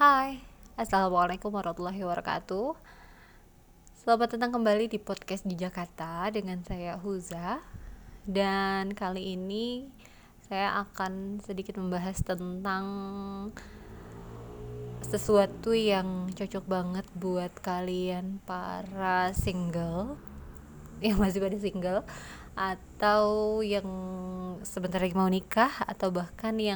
Hai, Assalamualaikum warahmatullahi wabarakatuh. Selamat datang kembali di podcast di Jakarta dengan saya Huza. Dan kali ini saya akan sedikit membahas tentang sesuatu yang cocok banget buat kalian para single yang masih pada single, atau yang sebentar lagi mau nikah, atau bahkan yang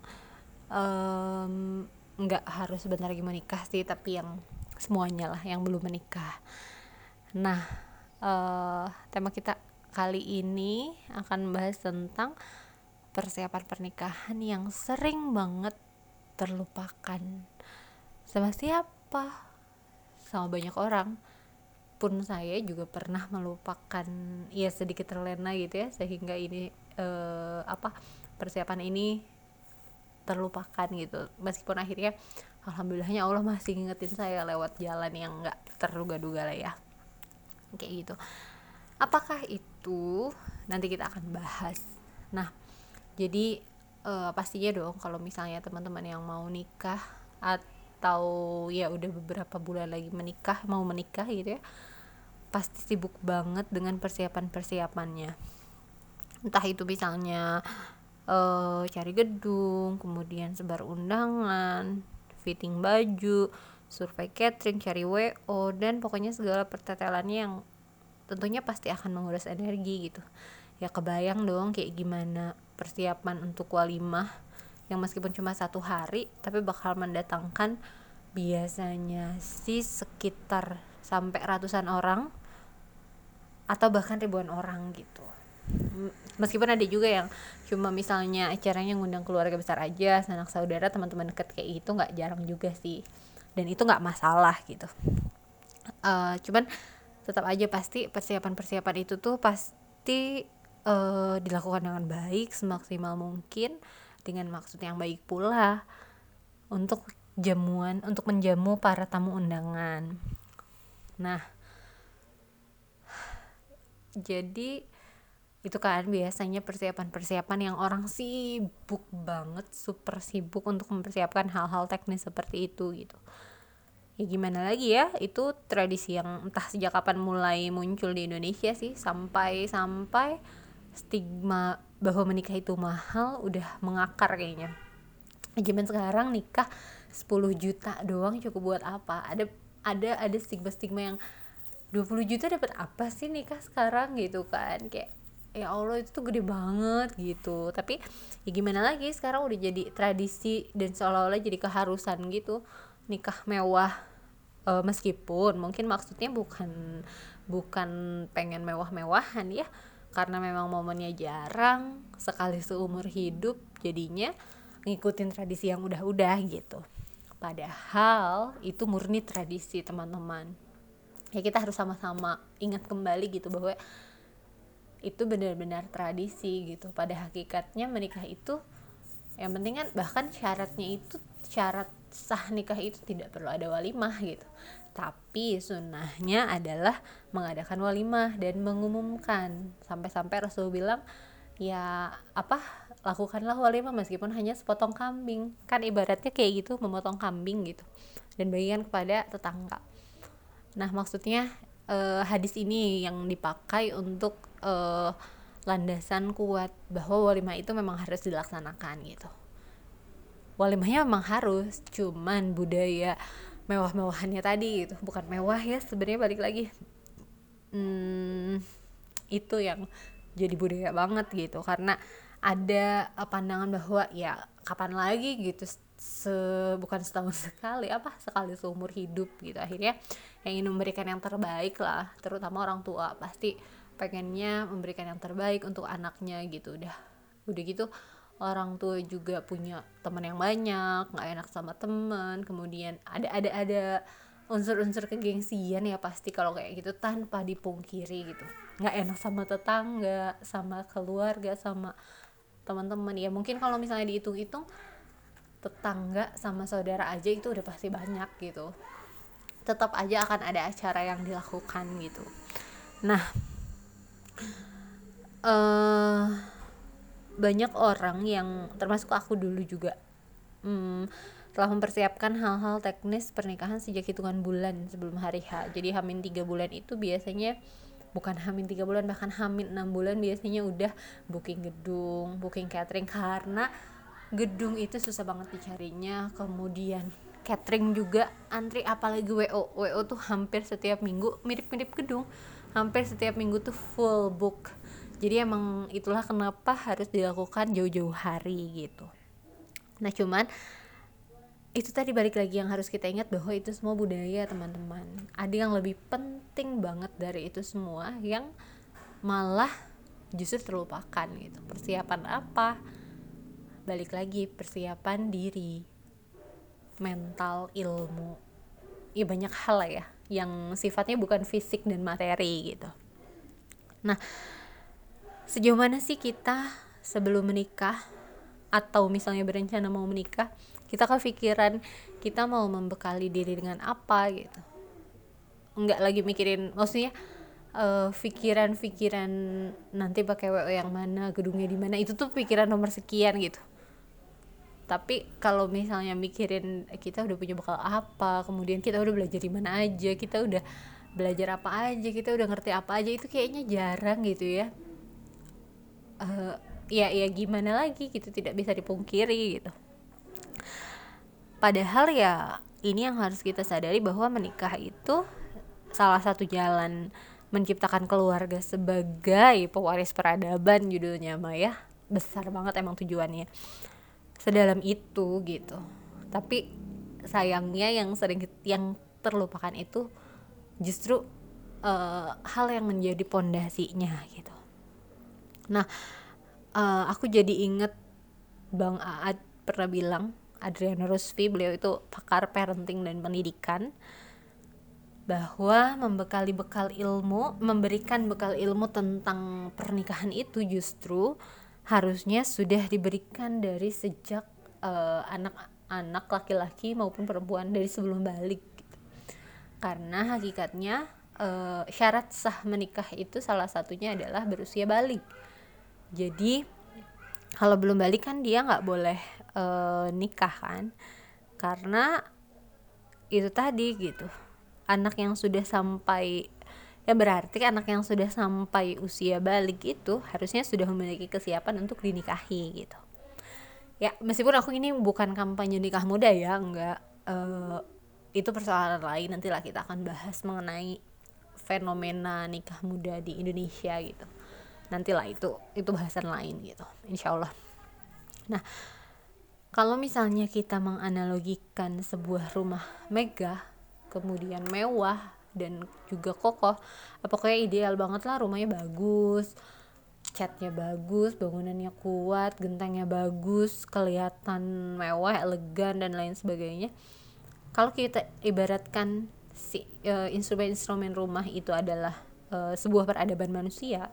nggak harus sebentar lagi mau nikah sih, tapi yang semuanya lah yang belum menikah. Nah, tema kita kali ini akan membahas tentang persiapan pernikahan yang sering banget terlupakan. Sama siapa? Sama banyak orang. Pun saya juga pernah melupakan, ya sedikit terlena gitu ya, sehingga ini persiapan ini terlupakan gitu. Meskipun akhirnya alhamdulillahnya Allah masih ngingetin saya lewat jalan yang nggak terduga-duga lah ya, kayak gitu. Apakah itu? Nanti kita akan bahas. Nah, jadi pastinya dong kalau misalnya teman-teman yang mau nikah atau ya udah beberapa bulan lagi mau menikah gitu ya, pasti sibuk banget dengan persiapannya. Entah itu misalnya cari gedung, kemudian sebar undangan, fitting baju, survei catering, cari WO, dan pokoknya segala pertetelannya yang tentunya pasti akan menguras energi gitu. Ya kebayang dong kayak gimana persiapan untuk walimah yang meskipun cuma 1 hari tapi bakal mendatangkan biasanya sih sekitar sampai ratusan orang atau bahkan ribuan orang gitu. Meskipun ada juga yang cuma misalnya acaranya ngundang keluarga besar aja, sanak saudara, teman-teman dekat, kayak gitu nggak jarang juga sih, dan itu nggak masalah gitu. Cuman tetap aja pasti persiapan itu tuh pasti dilakukan dengan baik, semaksimal mungkin, dengan maksud yang baik pula, untuk menjamu para tamu undangan. Nah, jadi itu kan biasanya persiapan yang orang sibuk banget, super sibuk untuk mempersiapkan hal-hal teknis seperti itu gitu. Ya gimana lagi ya, itu tradisi yang entah sejak kapan mulai muncul di Indonesia sih, sampai stigma bahwa menikah itu mahal udah mengakar kayaknya. Zaman sekarang nikah 10 juta doang cukup buat apa? Ada stigma yang 20 juta dapat apa sih nikah sekarang gitu kan, kayak ya Allah itu tuh gede banget gitu. Tapi ya gimana lagi, sekarang udah jadi tradisi dan seolah-olah jadi keharusan gitu nikah mewah. Meskipun mungkin maksudnya bukan pengen mewah-mewahan ya, karena memang momennya jarang, sekali seumur hidup, jadinya ngikutin tradisi yang udah-udah gitu. Padahal itu murni tradisi, teman-teman. Ya kita harus sama-sama ingat kembali gitu bahwa itu benar-benar tradisi gitu. Pada hakikatnya menikah itu yang penting kan, bahkan syarat sah nikah itu tidak perlu ada walimah gitu, tapi sunnahnya adalah mengadakan walimah dan mengumumkan. Sampai-sampai Rasul bilang ya lakukanlah walimah meskipun hanya sepotong kambing, kan ibaratnya kayak gitu, memotong kambing gitu, dan bagikan kepada tetangga. Nah maksudnya hadis ini yang dipakai untuk landasan kuat bahwa walimah itu memang harus dilaksanakan gitu. Walimahnya memang harus, cuman budaya mewah-mewahannya tadi gitu, bukan mewah ya sebenarnya, balik lagi itu yang jadi budaya banget gitu, karena ada pandangan bahwa ya kapan lagi gitu, bukan setahun sekali, sekali seumur hidup gitu. Akhirnya yang ingin memberikan yang terbaik lah, terutama orang tua pasti pengennya memberikan yang terbaik untuk anaknya gitu. Udah gitu orang tua juga punya teman yang banyak, nggak enak sama teman, kemudian ada unsur-unsur kegengsian ya pasti kalau kayak gitu, tanpa dipungkiri gitu. Nggak enak sama tetangga, sama keluarga, sama teman-teman. Ya mungkin kalau misalnya dihitung-hitung, tetangga sama saudara aja itu udah pasti banyak gitu. Tetap aja akan ada acara yang dilakukan gitu. Nah, banyak orang yang termasuk aku dulu juga telah mempersiapkan hal-hal teknis pernikahan sejak hitungan bulan sebelum hari H. Jadi Hamin 3 bulan itu biasanya, bukan Hamin 3 bulan, bahkan Hamin 6 bulan biasanya udah booking gedung, booking catering, karena gedung itu susah banget dicarinya. Kemudian catering juga antri, apalagi WO tuh hampir setiap minggu, mirip-mirip gedung, hampir setiap minggu tuh full book. Jadi emang itulah kenapa harus dilakukan jauh-jauh hari gitu. Nah cuman itu tadi balik lagi yang harus kita ingat bahwa itu semua budaya teman-teman. Ada yang lebih penting banget dari itu semua yang malah justru terlupakan gitu. Persiapan apa? Balik lagi, persiapan diri, mental, ilmu, ya banyak hal lah ya yang sifatnya bukan fisik dan materi gitu. Nah, sejauh mana sih kita sebelum menikah atau misalnya berencana mau menikah, kita kepikiran kita mau membekali diri dengan apa gitu. Enggak lagi mikirin, maksudnya pikiran nanti pakai WO yang mana, gedungnya di mana, itu tuh pikiran nomor sekian gitu. Tapi kalau misalnya mikirin kita udah punya bekal apa, kemudian kita udah belajar di mana aja, kita udah belajar apa aja, kita udah ngerti apa aja, itu kayaknya jarang gitu ya. Ya gimana lagi gitu, tidak bisa dipungkiri gitu. Padahal ya ini yang harus kita sadari, bahwa menikah itu salah satu jalan menciptakan keluarga sebagai pewaris peradaban, judulnya mah ya. Besar banget emang tujuannya, sedalam itu gitu. Tapi sayangnya yang terlupakan itu justru hal yang menjadi pondasinya gitu. Nah, aku jadi inget Bang Aad pernah bilang, Adriana Rusfi, beliau itu pakar parenting dan pendidikan, bahwa memberikan bekal ilmu tentang pernikahan itu justru harusnya sudah diberikan dari sejak anak-anak laki-laki maupun perempuan, dari sebelum balik gitu. Karena hakikatnya syarat sah menikah itu salah satunya adalah berusia balik. Jadi kalau belum balik kan dia nggak boleh nikah kan, karena itu tadi gitu, anak yang sudah sampai, ya berarti anak yang sudah sampai usia balik itu harusnya sudah memiliki kesiapan untuk dinikahi gitu. Ya meskipun aku ini bukan kampanye nikah muda ya, enggak, itu persoalan lain, nantilah kita akan bahas mengenai fenomena nikah muda di Indonesia gitu. Nantilah itu bahasan lain gitu, insyaallah. Nah, kalau misalnya kita menganalogikan sebuah rumah megah, kemudian mewah dan juga kokoh, pokoknya ideal banget lah, rumahnya bagus, catnya bagus, bangunannya kuat, gentengnya bagus, kelihatan mewah, elegan dan lain sebagainya. Kalau kita ibaratkan instrumen-instrumen rumah itu adalah sebuah peradaban manusia,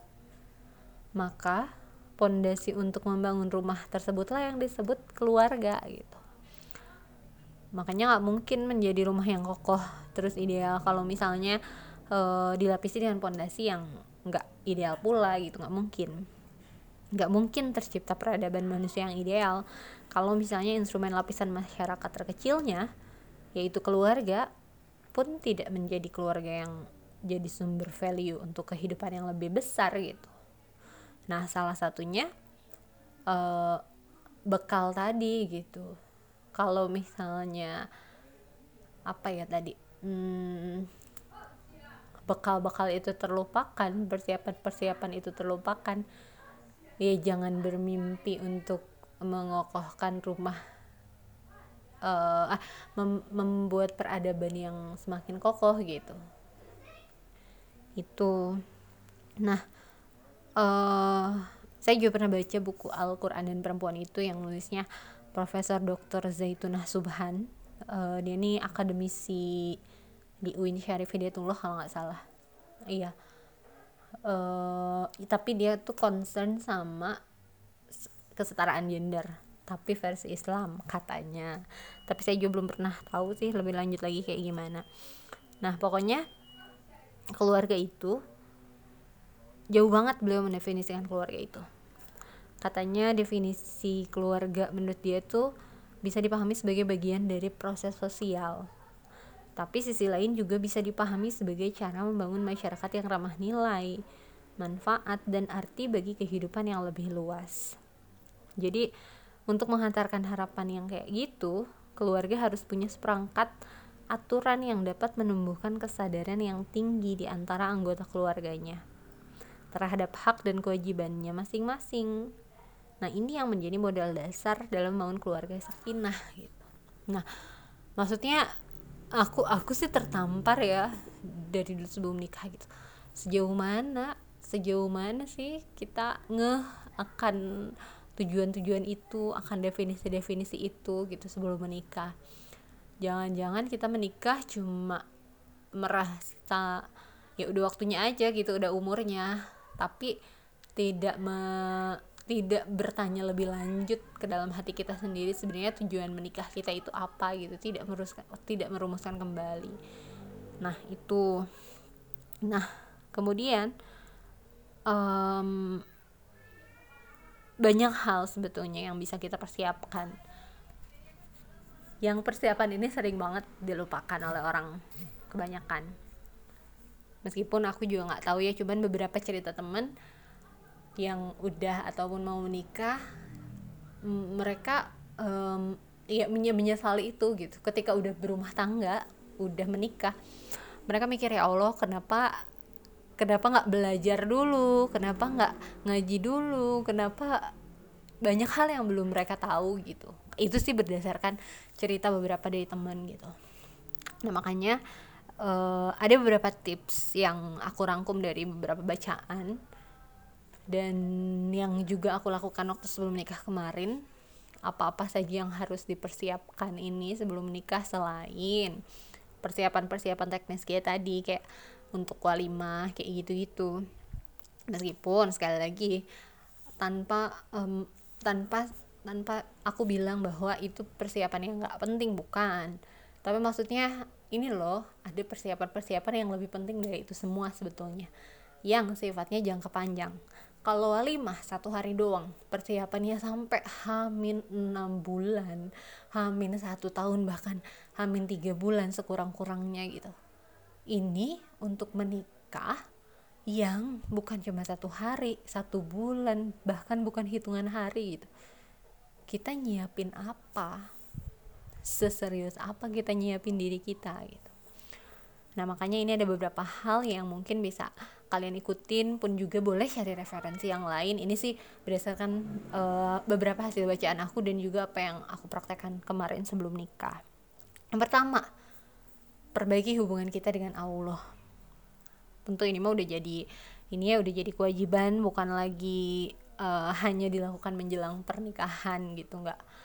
maka pondasi untuk membangun rumah tersebutlah yang disebut keluarga gitu. Makanya nggak mungkin menjadi rumah yang kokoh terus ideal kalau misalnya dilapisi dengan pondasi yang nggak ideal pula gitu. Nggak mungkin tercipta peradaban manusia yang ideal kalau misalnya instrumen lapisan masyarakat terkecilnya, yaitu keluarga, pun tidak menjadi keluarga yang jadi sumber value untuk kehidupan yang lebih besar gitu. Nah, salah satunya bekal tadi gitu. Kalau misalnya apa ya tadi, bekal-bekal itu terlupakan, persiapan itu terlupakan, ya jangan bermimpi untuk mengokohkan rumah, membuat peradaban yang semakin kokoh gitu. Itu. Nah, saya juga pernah baca buku Al-Quran dan Perempuan Itu yang nulisnya Profesor Dr. Zaitunah Subhan. Dia ini akademisi di UIN Syarif Hidayatullah kalau nggak salah. Iya. Tapi dia tuh concern sama kesetaraan gender, tapi versi Islam katanya. Tapi saya juga belum pernah tahu sih lebih lanjut lagi kayak gimana. Nah, pokoknya keluarga itu jauh banget beliau mendefinisikan keluarga itu. Katanya definisi keluarga menurut dia tuh bisa dipahami sebagai bagian dari proses sosial. Tapi sisi lain juga bisa dipahami sebagai cara membangun masyarakat yang ramah nilai, manfaat, dan arti bagi kehidupan yang lebih luas. Jadi untuk menghantarkan harapan yang kayak gitu, keluarga harus punya seperangkat aturan yang dapat menumbuhkan kesadaran yang tinggi di antara anggota keluarganya terhadap hak dan kewajibannya masing-masing. Nah, ini yang menjadi modal dasar dalam membangun keluarga sakinah gitu. Nah, maksudnya aku sih tertampar ya dari dulu sebelum nikah gitu. Sejauh mana sih kita akan tujuan-tujuan itu, akan definisi-definisi itu gitu sebelum menikah. Jangan-jangan kita menikah cuma merasa ya udah waktunya aja gitu, udah umurnya, tapi tidak bertanya lebih lanjut ke dalam hati kita sendiri sebenarnya tujuan menikah kita itu apa gitu, tidak merumuskan kembali. Nah kemudian banyak hal sebetulnya yang bisa kita persiapkan, yang persiapan ini sering banget dilupakan oleh orang kebanyakan. Meskipun aku juga nggak tahu ya, cuman beberapa cerita temen yang udah ataupun mau menikah, mereka ya menyesali itu gitu. Ketika udah berumah tangga, udah menikah, mereka mikir, ya Allah, kenapa nggak belajar dulu, kenapa nggak ngaji dulu, kenapa banyak hal yang belum mereka tahu gitu. Itu sih berdasarkan cerita beberapa dari teman gitu. Nah makanya ada beberapa tips yang aku rangkum dari beberapa bacaan dan yang juga aku lakukan waktu sebelum menikah kemarin. Apa-apa saja yang harus dipersiapkan ini sebelum menikah selain persiapan teknis kayak tadi, kayak untuk walimah kayak gitu-gitu. Meskipun sekali lagi tanpa aku bilang bahwa itu persiapan yang nggak penting, bukan. Tapi maksudnya ini loh, ada persiapan yang lebih penting dari itu semua sebetulnya, yang sifatnya jangka panjang. Kalau walimah 1 hari doang, persiapannya sampai hamin 6 bulan, hamin 1 tahun, bahkan hamin 3 bulan sekurang-kurangnya gitu. Ini untuk menikah yang bukan cuma 1 hari, 1 bulan, bahkan bukan hitungan hari gitu. Kita nyiapin apa? Seserius apa kita nyiapin diri kita gitu. Nah makanya ini ada beberapa hal yang mungkin bisa kalian ikutin, pun juga boleh cari referensi yang lain. Ini sih berdasarkan beberapa hasil bacaan aku dan juga apa yang aku praktekkan kemarin sebelum nikah. Yang pertama, perbaiki hubungan kita dengan Allah. Tentu ini mah udah jadi kewajiban, bukan lagi hanya dilakukan menjelang pernikahan gitu,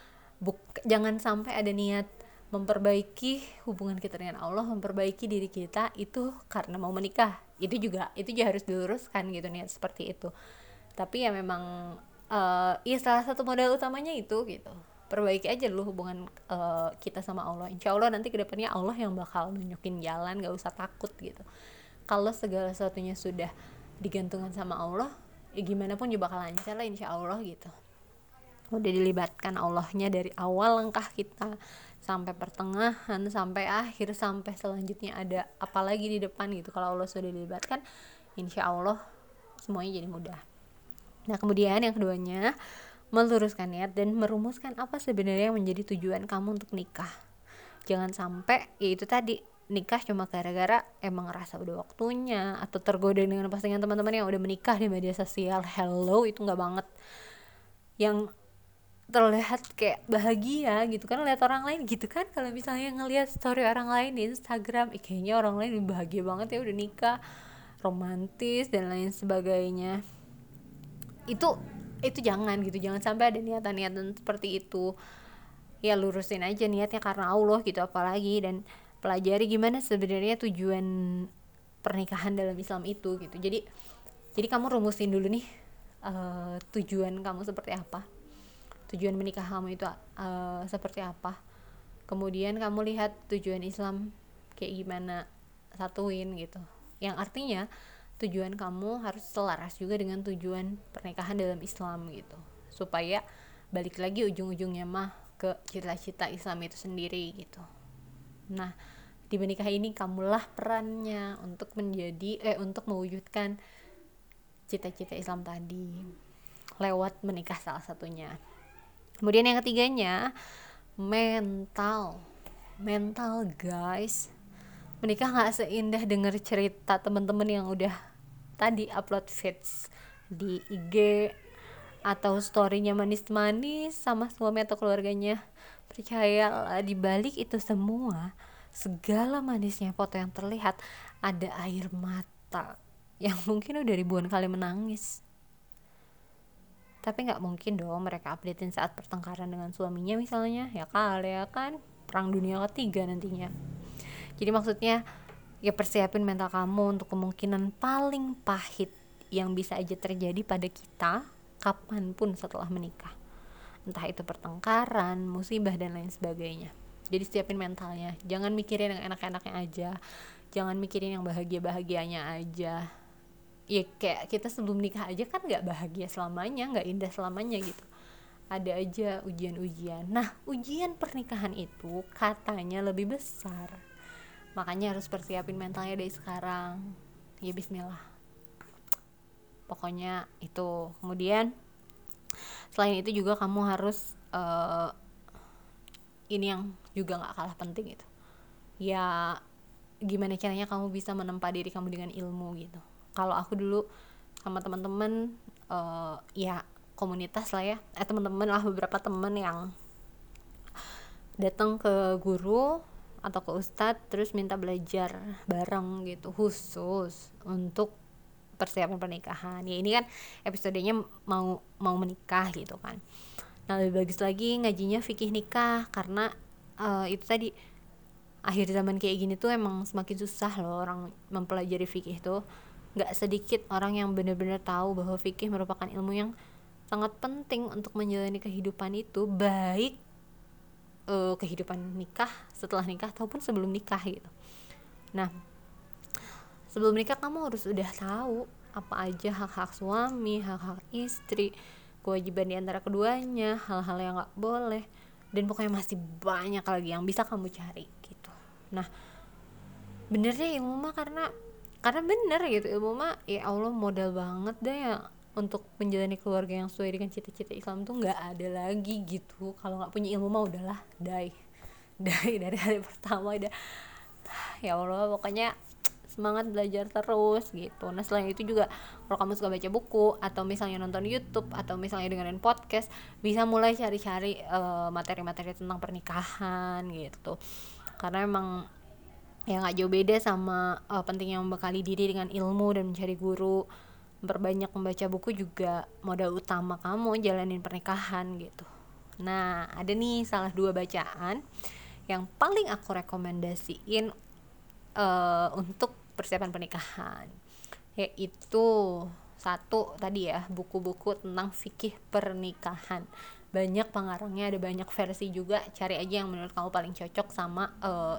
jangan sampai ada niat memperbaiki hubungan kita dengan Allah, memperbaiki diri kita itu karena mau menikah. Itu juga harus diluruskan gitu, niat seperti itu. Tapi ya memang ya salah satu modal utamanya itu gitu. Perbaiki aja dulu hubungan kita sama Allah. Insya Allah nanti kedepannya Allah yang bakal nunjukin jalan, gak usah takut gitu. Kalau segala sesuatunya sudah digantungkan sama Allah, ya gimana pun juga bakal lancar lah insya Allah gitu. Udah dilibatkan Allahnya dari awal langkah kita sampai pertengahan, sampai akhir, sampai selanjutnya ada apalagi di depan gitu. Kalau Allah sudah dilibatkan, insya Allah semuanya jadi mudah. Nah kemudian yang keduanya, meluruskan niat dan merumuskan apa sebenarnya yang menjadi tujuan kamu untuk nikah. Jangan sampai ya itu tadi, nikah cuma gara-gara emang ngerasa udah waktunya, atau tergoda dengan postingan teman-teman yang udah menikah di media sosial. Hello, itu nggak banget. Yang terlihat kayak bahagia gitu kan, lihat orang lain gitu kan. Kalau misalnya ngelihat story orang lain di Instagram, kayaknya orang lain bahagia banget ya udah nikah, romantis dan lain sebagainya. Itu jangan gitu, jangan sampai ada niatan seperti itu. Ya lurusin aja niatnya karena Allah gitu, apalagi, dan pelajari gimana sebenarnya tujuan pernikahan dalam Islam itu gitu. Jadi kamu rumusin dulu nih tujuan kamu seperti apa, tujuan menikah kamu itu seperti apa. Kemudian kamu lihat tujuan Islam kayak gimana, satuin gitu. Yang artinya tujuan kamu harus selaras juga dengan tujuan pernikahan dalam Islam gitu. Supaya balik lagi ujung-ujungnya mah ke cita-cita Islam itu sendiri gitu. Nah, di menikah ini kamulah perannya untuk untuk mewujudkan cita-cita Islam tadi lewat menikah salah satunya. Kemudian yang ketiganya, mental guys. Menikah nggak seindah denger cerita teman-teman yang udah tadi upload feeds di IG atau storynya manis-manis sama suami atau keluarganya. Percayalah, di balik itu semua, segala manisnya foto yang terlihat, ada air mata yang mungkin udah ribuan kali menangis. Tapi nggak mungkin dong mereka updatein saat pertengkaran dengan suaminya misalnya, ya kali ya kan, perang dunia ketiga nantinya. Jadi maksudnya ya persiapin mental kamu untuk kemungkinan paling pahit yang bisa aja terjadi pada kita kapanpun setelah menikah. Entah itu pertengkaran, musibah, dan lain sebagainya. Jadi siapin mentalnya, jangan mikirin yang enak-enaknya aja, jangan mikirin yang bahagia-bahagianya aja. Ya kayak kita sebelum nikah aja kan gak bahagia selamanya, gak indah selamanya gitu, ada aja ujian-ujian. Nah, ujian pernikahan itu katanya lebih besar, makanya harus persiapin mentalnya dari sekarang. Ya bismillah, pokoknya itu. Kemudian selain itu juga kamu harus ini yang juga gak kalah penting gitu, ya gimana caranya kamu bisa menempa diri kamu dengan ilmu gitu. Kalau aku dulu sama teman-teman ya komunitas lah ya, teman-teman lah, beberapa teman yang datang ke guru atau ke ustadz terus minta belajar bareng gitu khusus untuk persiapan pernikahan. Ya ini kan episodenya mau menikah gitu kan. Nah, lebih bagus lagi ngajinya fikih nikah, karena itu tadi, akhir zaman kayak gini tuh emang semakin susah loh orang mempelajari fikih tuh. Gak sedikit orang yang benar-benar tahu bahwa fikih merupakan ilmu yang sangat penting untuk menjalani kehidupan itu, baik kehidupan nikah, setelah nikah, ataupun sebelum nikah gitu. Nah, sebelum nikah kamu harus udah tahu apa aja hak-hak suami, hak-hak istri, kewajiban di antara keduanya, hal-hal yang gak boleh, dan pokoknya masih banyak lagi yang bisa kamu cari gitu. Nah, benernya ilmu mah karena bener gitu, ilmu mah ya Allah modal banget deh ya untuk menjalani keluarga yang sesuai dengan cita-cita Islam tuh nggak ada lagi gitu. Kalau nggak punya ilmu mah udahlah die dari hari pertama udah. Ya Allah, pokoknya semangat belajar terus gitu. Nah, selain itu juga kalau kamu suka baca buku atau misalnya nonton YouTube atau misalnya dengerin podcast, bisa mulai cari-cari materi-materi tentang pernikahan gitu. Karena emang ya nggak jauh beda sama pentingnya membekali diri dengan ilmu dan mencari guru. Memperbanyak membaca buku juga modal utama kamu jalanin pernikahan gitu. Nah, ada nih salah 2 bacaan yang paling aku rekomendasiin untuk persiapan pernikahan, yaitu satu tadi ya, buku-buku tentang fikih pernikahan. Banyak pengarangnya, ada banyak versi juga. Cari aja yang menurut kamu paling cocok sama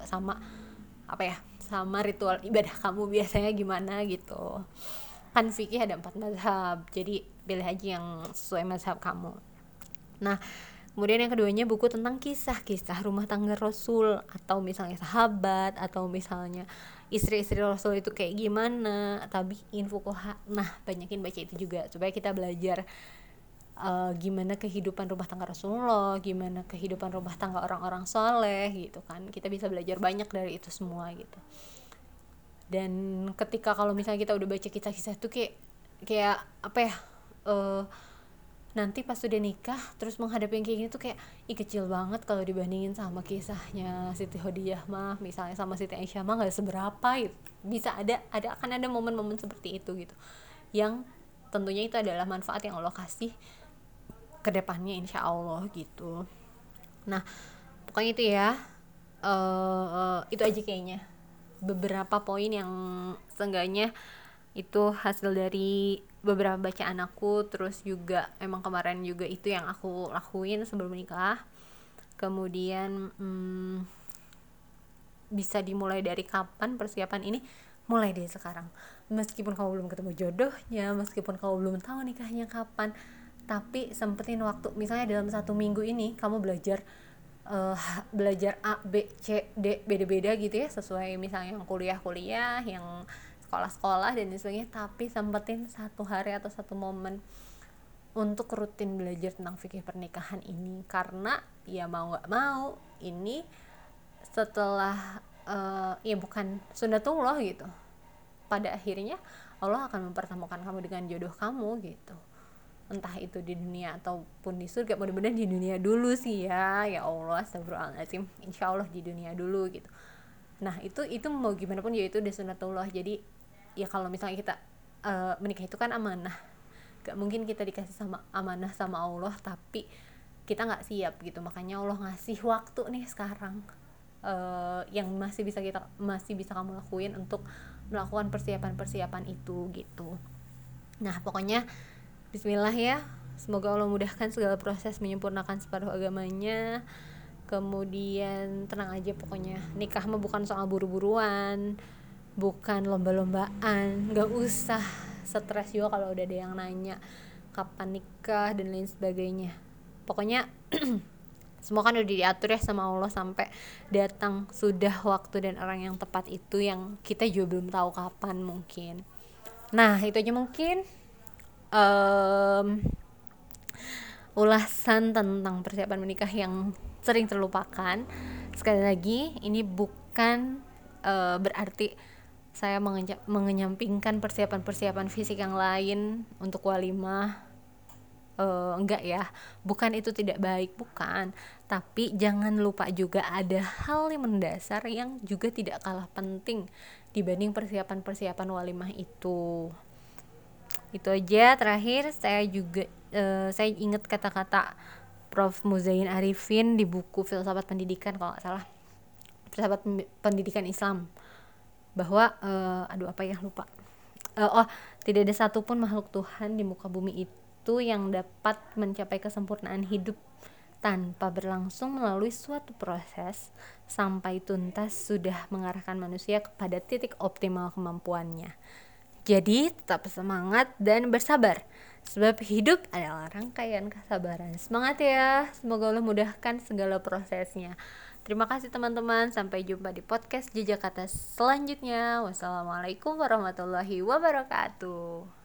sama ritual ibadah kamu biasanya gimana gitu. Kan fikih ada 4 mazhab, jadi pilih aja yang sesuai mazhab kamu. Nah, kemudian yang keduanya buku tentang kisah-kisah rumah tangga Rasul, atau misalnya sahabat, atau misalnya istri-istri Rasul itu kayak gimana, tabiin, fuqaha. Nah, banyakin baca itu juga supaya kita belajar gimana kehidupan rumah tangga Rasulullah, gimana kehidupan rumah tangga orang-orang soleh gitu kan. Kita bisa belajar banyak dari itu semua gitu. Dan ketika kalau misalnya kita udah baca kisah-kisah itu kayak apa ya, nanti pas udah nikah terus menghadapi yang kayak gini tuh kayak kecil banget kalau dibandingin sama kisahnya Siti Khadijah mah, misalnya sama Siti Aisyah mah nggak seberapa gitu. Bisa akan ada momen-momen seperti itu gitu, yang tentunya itu adalah manfaat yang Allah kasih ke depannya insya Allah gitu. Nah, pokoknya itu ya, itu aja kayaknya beberapa poin yang seenggaknya itu hasil dari beberapa bacaan aku. Terus juga emang kemarin juga itu yang aku lakuin sebelum nikah. Kemudian bisa dimulai dari kapan persiapan ini? Mulai dari sekarang. Meskipun kamu belum ketemu jodohnya, meskipun kamu belum tahu nikahnya kapan, tapi sempetin waktu, misalnya dalam 1 minggu ini kamu belajar belajar A, B, C, D beda-beda gitu ya, sesuai misalnya yang kuliah-kuliah, yang sekolah-sekolah dan sebagainya, tapi sempetin satu hari atau satu momen untuk rutin belajar tentang fikih pernikahan ini, karena ya mau nggak mau ini setelah ya bukan sunnatullah gitu, pada akhirnya Allah akan mempertemukan kamu dengan jodoh kamu gitu, entah itu di dunia ataupun di surga. Mudah-mudahan di dunia dulu sih ya Allah, astagfirullahaladzim, insya Allah di dunia dulu gitu. Nah itu mau gimana pun ya itu udah sunnatullah. Jadi ya kalau misalnya kita menikah itu kan amanah, gak mungkin kita dikasih sama amanah sama Allah tapi kita nggak siap gitu. Makanya Allah ngasih waktu nih sekarang, yang masih bisa kamu lakuin untuk melakukan persiapan itu gitu. Nah pokoknya bismillah ya, semoga Allah mudahkan segala proses menyempurnakan separuh agamanya. Kemudian tenang aja, pokoknya nikah mah bukan soal buru-buruan, bukan lomba-lombaan. Gak usah stres juga kalau udah ada yang nanya kapan nikah dan lain sebagainya. Pokoknya semua kan udah diatur ya sama Allah, sampai datang sudah waktu dan orang yang tepat itu yang kita juga belum tahu kapan mungkin. Nah itu aja mungkin ulasan tentang persiapan menikah yang sering terlupakan. Sekali lagi ini bukan berarti saya mengenyampingkan persiapan fisik yang lain untuk walimah. Enggak ya, bukan itu tidak baik, bukan, tapi jangan lupa juga ada hal yang mendasar yang juga tidak kalah penting dibanding persiapan walimah itu aja. Terakhir saya ingat kata-kata Prof. Muzain Arifin di buku Filsafat Pendidikan kalau nggak salah, Filsafat Pendidikan Islam, bahwa lupa. Tidak ada satupun makhluk Tuhan di muka bumi itu yang dapat mencapai kesempurnaan hidup tanpa berlangsung melalui suatu proses sampai tuntas sudah mengarahkan manusia kepada titik optimal kemampuannya. Jadi tetap semangat dan bersabar, sebab hidup adalah rangkaian kesabaran. Semangat ya, semoga Allah mudahkan segala prosesnya. Terima kasih teman-teman, sampai jumpa di podcast Jejak Kata selanjutnya. Wassalamualaikum warahmatullahi wabarakatuh.